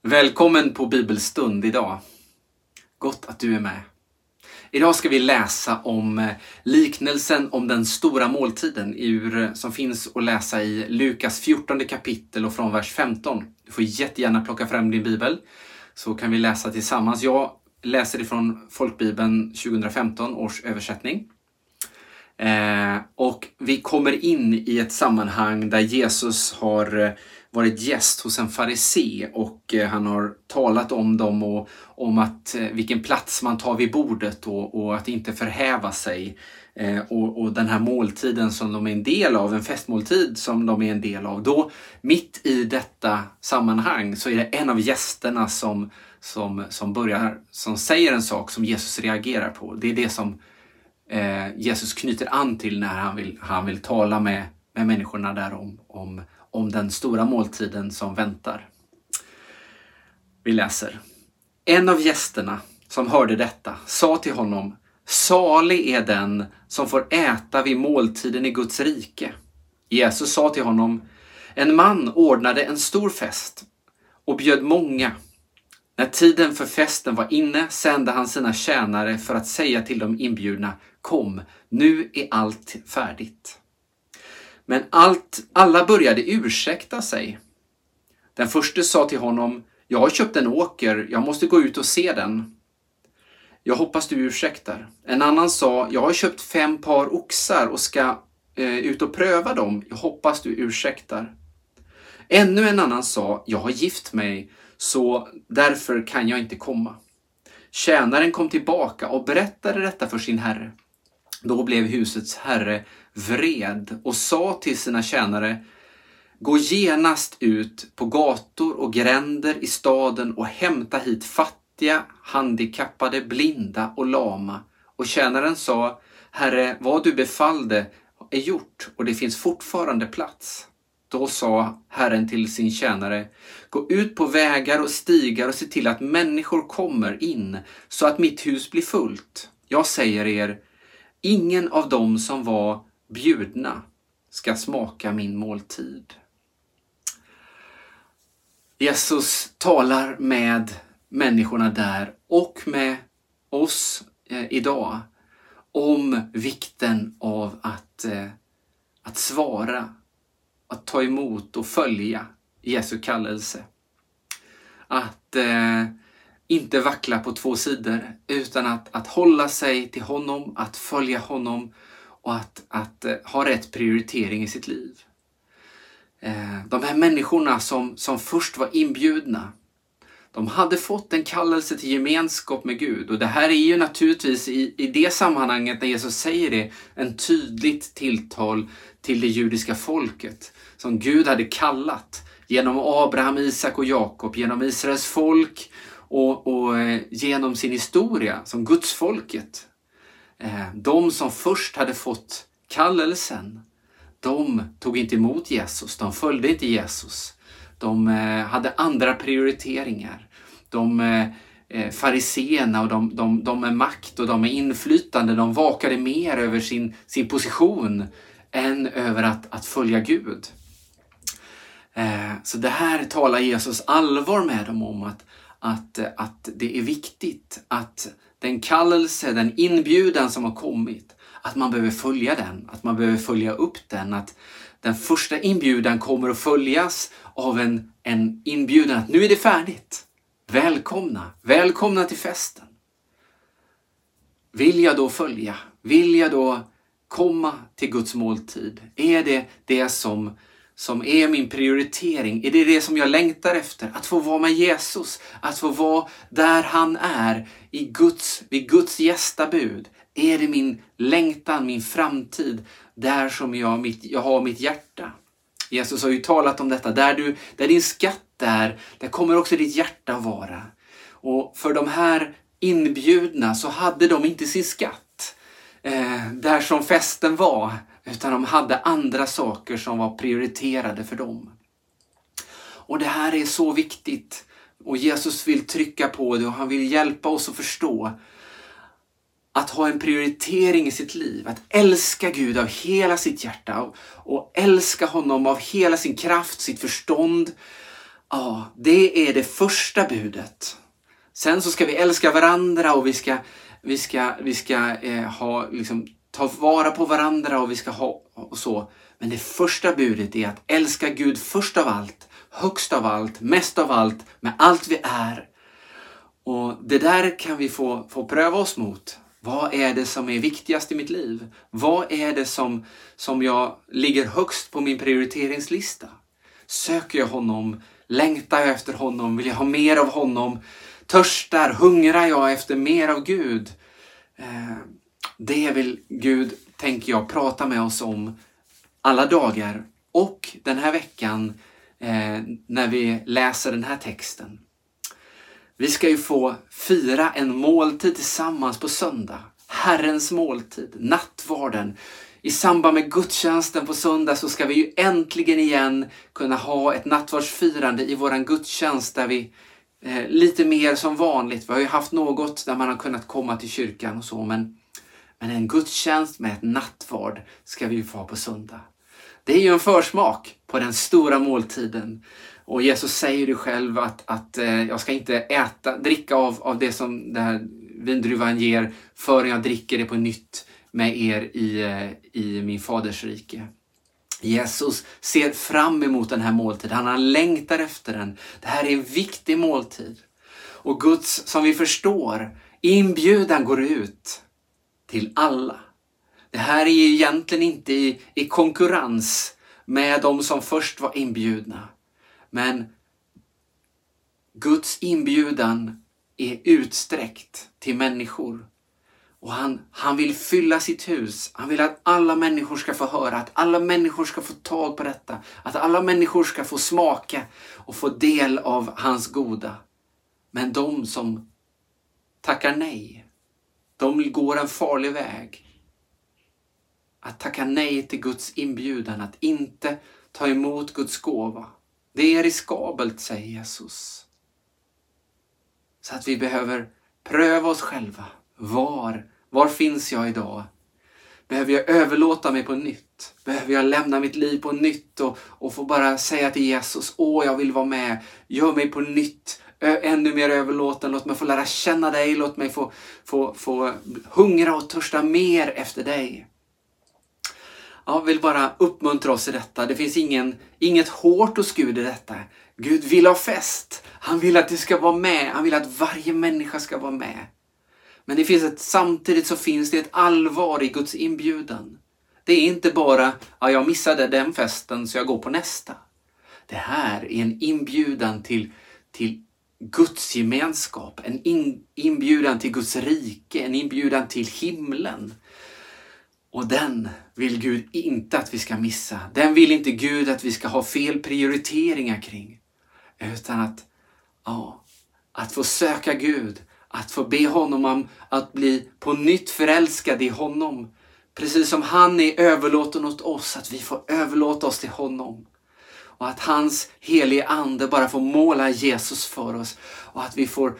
Välkommen på bibelstund idag. Gott att du är med. Idag ska vi läsa om liknelsen om den stora måltiden som finns att läsa i Lukas 14 kapitel och från vers 15. Du får jättegärna plocka fram din bibel så kan vi läsa tillsammans. Jag läser ifrån Folkbibeln 2015 års översättning. Och vi kommer in i ett sammanhang där Jesus har varit gäst hos en farisé och han har talat om dem och om att vilken plats man tar vid bordet och att inte förhäva sig. Och den här måltiden som de är en del av, en festmåltid som de är en del av. Då mitt i detta sammanhang så är det en av gästerna som säger en sak som Jesus reagerar på. Det är det som Jesus knyter an till när han vill tala med människorna där om den stora måltiden som väntar. Vi läser. En av gästerna som hörde detta sa till honom: salig är den som får äta vid måltiden i Guds rike. Jesus sa till honom: en man ordnade en stor fest och bjöd många. När tiden för festen var inne sände han sina tjänare för att säga till de inbjudna: kom, nu är allt färdigt. Men alla började ursäkta sig. Den första sa till honom: jag har köpt en åker, jag måste gå ut och se den. Jag hoppas du ursäktar. En annan sa: jag har köpt 5 par oxar och ska ut och pröva dem. Jag hoppas du ursäktar. Ännu en annan sa: jag har gift mig, så därför kan jag inte komma. Tjänaren kom tillbaka och berättade detta för sin herre. Då blev husets herre vred och sa till sina tjänare: gå genast ut på gator och gränder i staden och hämta hit fattiga, handikappade, blinda och lama. Och tjänaren sa: herre, vad du befallde är gjort och det finns fortfarande plats. Då sa Herren till sin tjänare: gå ut på vägar och stigar och se till att människor kommer in så att mitt hus blir fullt. Jag säger er, ingen av dem som var bjudna ska smaka min måltid. Jesus talar med människorna där och med oss idag om vikten av att svara, att ta emot och följa Jesu kallelse. Att inte vackla på 2 sidor utan att hålla sig till honom, att följa honom och att ha rätt prioritering i sitt liv. De här människorna som först var inbjudna, de hade fått en kallelse till gemenskap med Gud. Och det här är ju naturligtvis i det sammanhanget när Jesus säger det en tydligt tilltal till det judiska folket som Gud hade kallat genom Abraham, Isak och Jakob, genom Israels folk och genom sin historia som Guds folket. De som först hade fått kallelsen, de tog inte emot Jesus, de följde inte Jesus. De hade andra prioriteringar. De fariséerna och de med makt och de med inflytande, de vakade mer över sin position än över att följa Gud. Så det här talar Jesus allvar med dem om att det är viktigt att den kallelse, den inbjudan som har kommit, att man behöver följa den, att man behöver följa upp den, att den första inbjudan kommer att följas av en inbjudan att nu är det färdigt. Välkomna till festen. Vill jag då följa? Vill jag då komma till Guds måltid? Är det som är min prioritering? Är det som jag längtar efter? Att få vara med Jesus, att få vara där han är vid Guds gästabud. Är det min längtan, min framtid, där som jag har mitt hjärta? Jesus har ju talat om detta. Där din skatt är, där kommer också ditt hjärta att vara. Och för de här inbjudna så hade de inte sin skatt där som festen var, utan de hade andra saker som var prioriterade för dem. Och det här är så viktigt. Och Jesus vill trycka på det och han vill hjälpa oss att förstå att ha en prioritering i sitt liv. Att älska Gud av hela sitt hjärta och älska honom av hela sin kraft, sitt förstånd. Ja, det är det första budet. Sen så ska vi älska varandra och vi ska ta vara på varandra och vi ska ha och så. Men det första budet är att älska Gud först av allt, högst av allt, mest av allt, med allt vi är. Och det där kan vi få pröva oss mot. Vad är det som är viktigast i mitt liv? Vad är det som jag ligger högst på min prioriteringslista? Söker jag honom? Längtar jag efter honom? Vill jag ha mer av honom? Törstar, hungrar jag efter mer av Gud? Det vill Gud, tänker jag, prata med oss om alla dagar och den här veckan när vi läser den här texten. Vi ska ju få fira en måltid tillsammans på söndag. Herrens måltid, nattvarden. I samband med gudstjänsten på söndag så ska vi ju äntligen igen kunna ha ett nattvardsfirande i våran gudstjänst där vi lite mer som vanligt. Vi har ju haft något där man har kunnat komma till kyrkan och så, men en gudstjänst med ett nattvard ska vi ju få ha på söndag. Det är ju en försmak på den stora måltiden. Och Jesus säger ju själv att jag ska inte dricka av det som den här vindruvan ger förrän jag dricker det på nytt med er i min faders rike. Jesus ser fram emot den här måltiden. Han längtar efter den. Det här är en viktig måltid. Och Guds, som vi förstår, inbjudan går ut till alla. Det här är ju egentligen inte i konkurrens med de som först var inbjudna. Men Guds inbjudan är utsträckt till människor. Och han vill fylla sitt hus. Han vill att alla människor ska få höra. Att alla människor ska få tag på detta. Att alla människor ska få smaka och få del av hans goda. Men de som tackar nej, de går en farlig väg. Att tacka nej till Guds inbjudan. Att inte ta emot Guds gåva. Det är riskabelt, säger Jesus. Så att vi behöver pröva oss själva. Var finns jag idag? Behöver jag överlåta mig på nytt? Behöver jag lämna mitt liv på nytt och få bara säga till Jesus, jag vill vara med. Gör mig på nytt. Ännu mer överlåten. Låt mig få lära känna dig. Låt mig få hungra och törsta mer efter dig. Jag vill bara uppmuntra oss i detta. Det finns inget hårt hos Gud i detta. Gud vill ha fest. Han vill att det ska vara med. Han vill att varje människa ska vara med. Men samtidigt så finns det ett allvar i Guds inbjudan. Det är inte bara, jag missade den festen så jag går på nästa. Det här är en inbjudan till Guds gemenskap. En inbjudan till Guds rike. En inbjudan till himlen. Och den vill Gud inte att vi ska missa. Den vill inte Gud att vi ska ha fel prioriteringar kring. Utan att få söka Gud. Att få be honom om att bli på nytt förälskad i honom. Precis som han är överlåten åt oss. Att vi får överlåta oss till honom. Och att hans helige ande bara får måla Jesus för oss. Och att vi får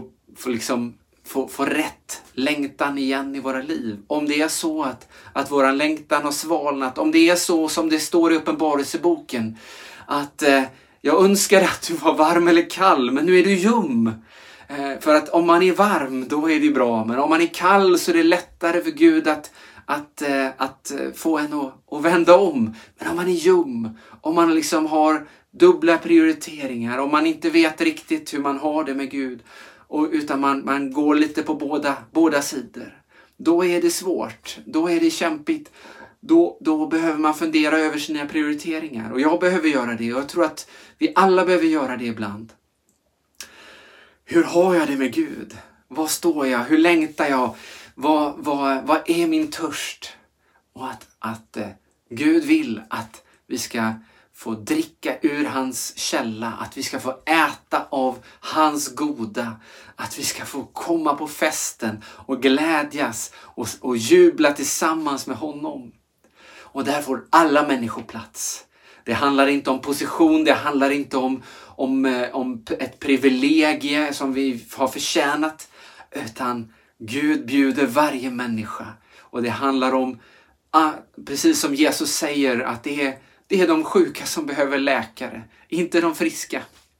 rätt längtan igen i våra liv. Om det är så att våran längtan har svalnat. Om det är så som det står i Uppenbarelseboken. Att jag önskar att du var varm eller kall. Men nu är du ljum. För att om man är varm då är det bra. Men om man är kall så är det lättare för Gud att få en att vända om. Men om man är ljum. Om man liksom har dubbla prioriteringar. Om man inte vet riktigt hur man har det med Gud. Utan man går lite på båda sidor. Då är det svårt. Då är det kämpigt. Då behöver man fundera över sina prioriteringar. Och jag behöver göra det. Och jag tror att vi alla behöver göra det ibland. Hur har jag det med Gud? Var står jag? Hur längtar jag? Vad är min törst? Och att Gud vill att vi ska få dricka ur hans källa. Att vi ska få äta av hans goda. Att vi ska få komma på festen och glädjas och jubla tillsammans med honom. Och där får alla människor plats. Det handlar inte om position, det handlar inte om ett privilegie som vi har förtjänat. Utan Gud bjuder varje människa. Och det handlar om, precis som Jesus säger, att det är de sjuka som behöver läkare. Inte de friska.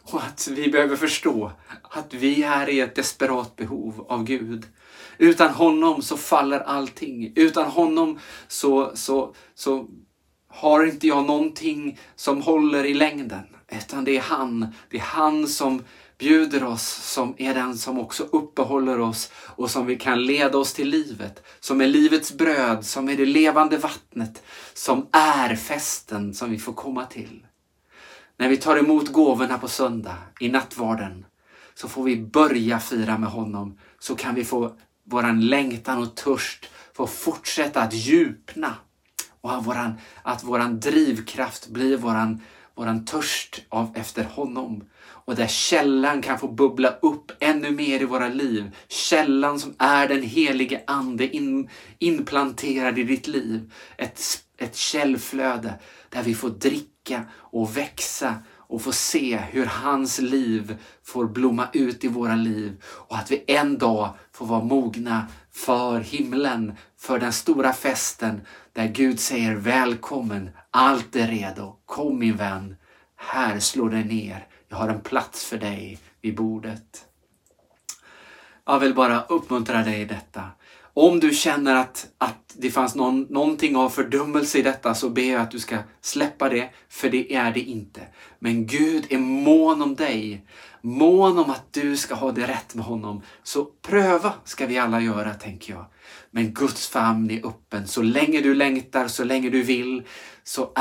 Och att vi behöver förstå att vi är i ett desperat behov av Gud. Utan honom så faller allting. Utan honom så har inte jag någonting som håller i längden. Utan det är han som bjuder oss, som är den som också uppehåller oss och som vi kan leda oss till livet. Som är livets bröd, som är det levande vattnet, som är festen som vi får komma till. När vi tar emot gåvorna på söndag i nattvarden så får vi börja fira med honom. Så kan vi få våran längtan och törst få fortsätta att djupna. Och att våran drivkraft blir våran törst efter honom. Och där källan kan få bubbla upp ännu mer i våra liv. Källan som är den helige ande inplanterad i ditt liv. Ett källflöde där vi får dricka och växa och få se hur hans liv får blomma ut i våra liv. Och att vi en dag får vara mogna för himlen, för den stora festen där Gud säger välkommen, allt är redo, kom min vän, här slår dig ner, jag har en plats för dig vid bordet. Jag vill bara uppmuntra dig i detta. Om du känner att det fanns någonting av fördömelse i detta, så ber jag att du ska släppa det, för det är det inte. Men Gud är mån om dig, mån om att du ska ha det rätt med honom. Så pröva ska vi alla göra, tänker jag. Men Guds famn är öppen. Så länge du längtar, så länge du vill, så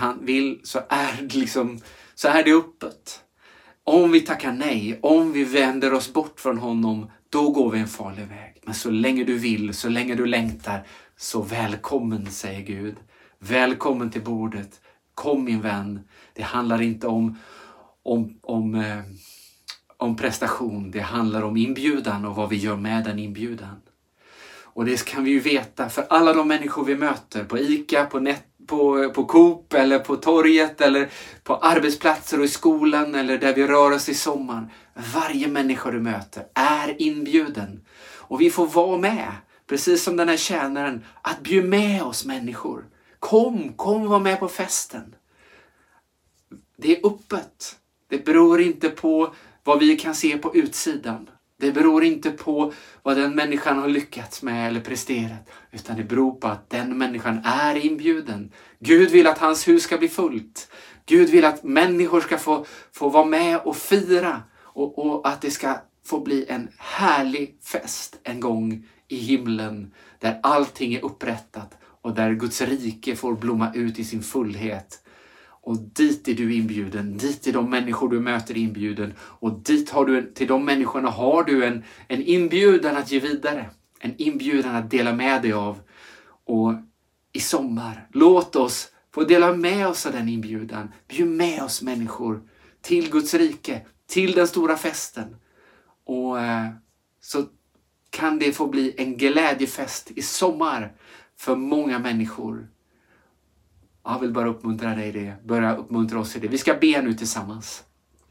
är det öppet. Om vi tackar nej, om vi vänder oss bort från honom, då går vi en farlig väg. Men så länge du vill, så länge du längtar, så välkommen, säger Gud. Välkommen till bordet. Kom min vän. Det handlar inte om prestation. Det handlar om inbjudan och vad vi gör med den inbjudan. Och det kan vi ju veta för alla de människor vi möter på ICA, på Coop eller på torget eller på arbetsplatser och i skolan eller där vi rör oss i sommaren. Varje människa du möter är inbjuden. Och vi får vara med, precis som den här tjänaren, att bjuda med oss människor. Kom och var med på festen. Det är öppet. Det beror inte på vad vi kan se på utsidan. Det beror inte på vad den människan har lyckats med eller presterat. Utan det beror på att den människan är inbjuden. Gud vill att hans hus ska bli fullt. Gud vill att människor ska få vara med och fira. Och att det ska få bli en härlig fest en gång i himlen. Där allting är upprättat. Och där Guds rike får blomma ut i sin fullhet. Och dit är du inbjuden. Dit är de människor du möter inbjuden. Och dit till de människorna har du en inbjudan att ge vidare. En inbjudan att dela med dig av. Och i sommar, låt oss få dela med oss av den inbjudan. Bjud med oss människor till Guds rike. Till den stora festen. Och så kan det få bli en glädjefest i sommar för många människor. Jag vill bara uppmuntra dig i det. Börja uppmuntra oss i det. Vi ska be nu tillsammans.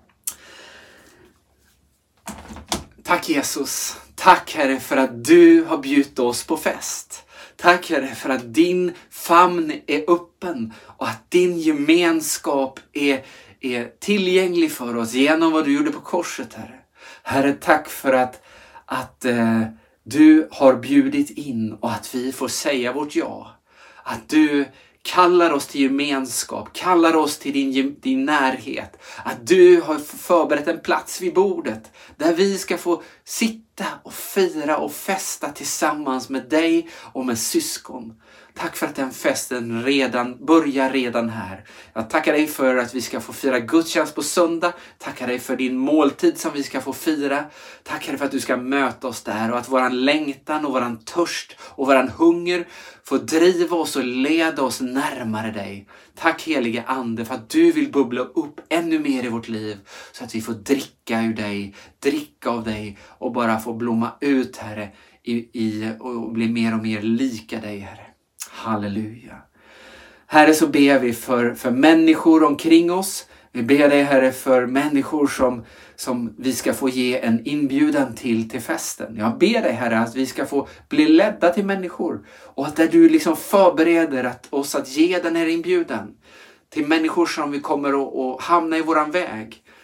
Tack Jesus. Tack Herre för att du har bjudit oss på fest. Tack Herre för att din famn är öppen. Och att din gemenskap är tillgänglig för oss genom vad du gjorde på korset, Herre. Herre, tack för att du har bjudit in och att vi får säga vårt ja. Att du kallar oss till gemenskap, kallar oss till din närhet. Att du har förberett en plats vid bordet där vi ska få sitta och fira och festa tillsammans med dig och med syskon. Tack för att den festen börjar redan här. Jag tackar dig för att vi ska få fira gudstjänst på söndag. Tackar dig för din måltid som vi ska få fira. Tackar dig för att du ska möta oss där och att våran längtan och våran törst och våran hunger får driva oss och leda oss närmare dig. Tack helige ande för att du vill bubbla upp ännu mer i vårt liv så att vi får dricka ur dig, dricka av dig och bara få blomma ut, Herre, och bli mer och mer lika dig, Herre. Halleluja. Herre, så ber vi för människor omkring oss. Vi ber dig, Herre, för människor som vi ska få ge en inbjudan till festen. Jag ber dig, Herre, att vi ska få bli ledda till människor. Och att där du liksom förbereder oss att ge den här inbjudan till människor som vi kommer att hamna i våran väg.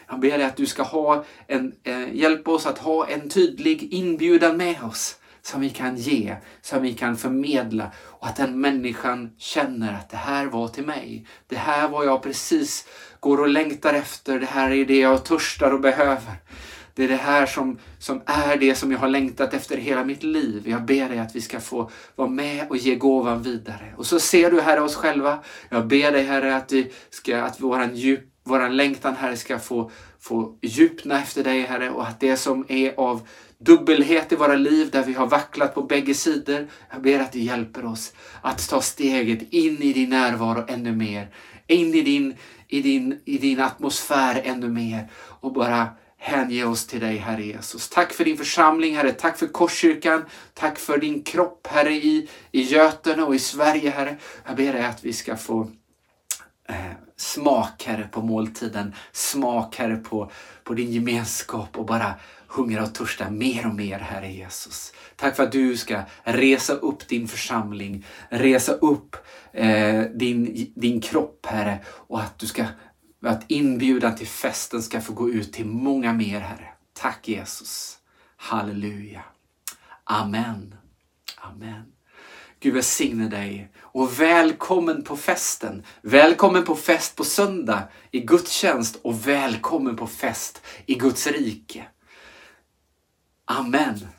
Jag ber dig att du ska hjälpa oss att ha en tydlig inbjudan med oss som vi kan ge, som vi kan förmedla, och att den människan känner att det här var till mig. Det här var jag precis går och längtar efter. Det här är det jag törstar och behöver. Det är det här som är det som jag har längtat efter hela mitt liv. Jag ber dig att vi ska få vara med och ge gåvan vidare. Och så ser du, Herre, oss själva. Jag ber dig, Herre, att våran längtan, Herre, ska få djupna efter dig, Herre. Och att det som är av dubbelhet i våra liv, där vi har vacklat på bägge sidor, jag ber att du hjälper oss att ta steget in i din närvaro ännu mer. In i din atmosfär ännu mer. Och bara hänge oss till dig, Herre Jesus. Tack för din församling, Herre. Tack för Korskyrkan. Tack för din kropp, Herre, i Götene och i Sverige, Herre. Jag ber dig att vi ska få smak, Herre, på måltiden. Smak, Herre, på din gemenskap, och bara hungra och törsta mer och mer, Herre Jesus. Tack för att du ska resa upp din församling. Resa upp din kropp, Herre. Och att inbjudan till festen ska få gå ut till många mer, Herre. Tack Jesus. Halleluja. Amen. Amen. Gud välsigne dig. Och välkommen på festen. Välkommen på fest på söndag i gudstjänst. Och välkommen på fest i Guds rike. Amen.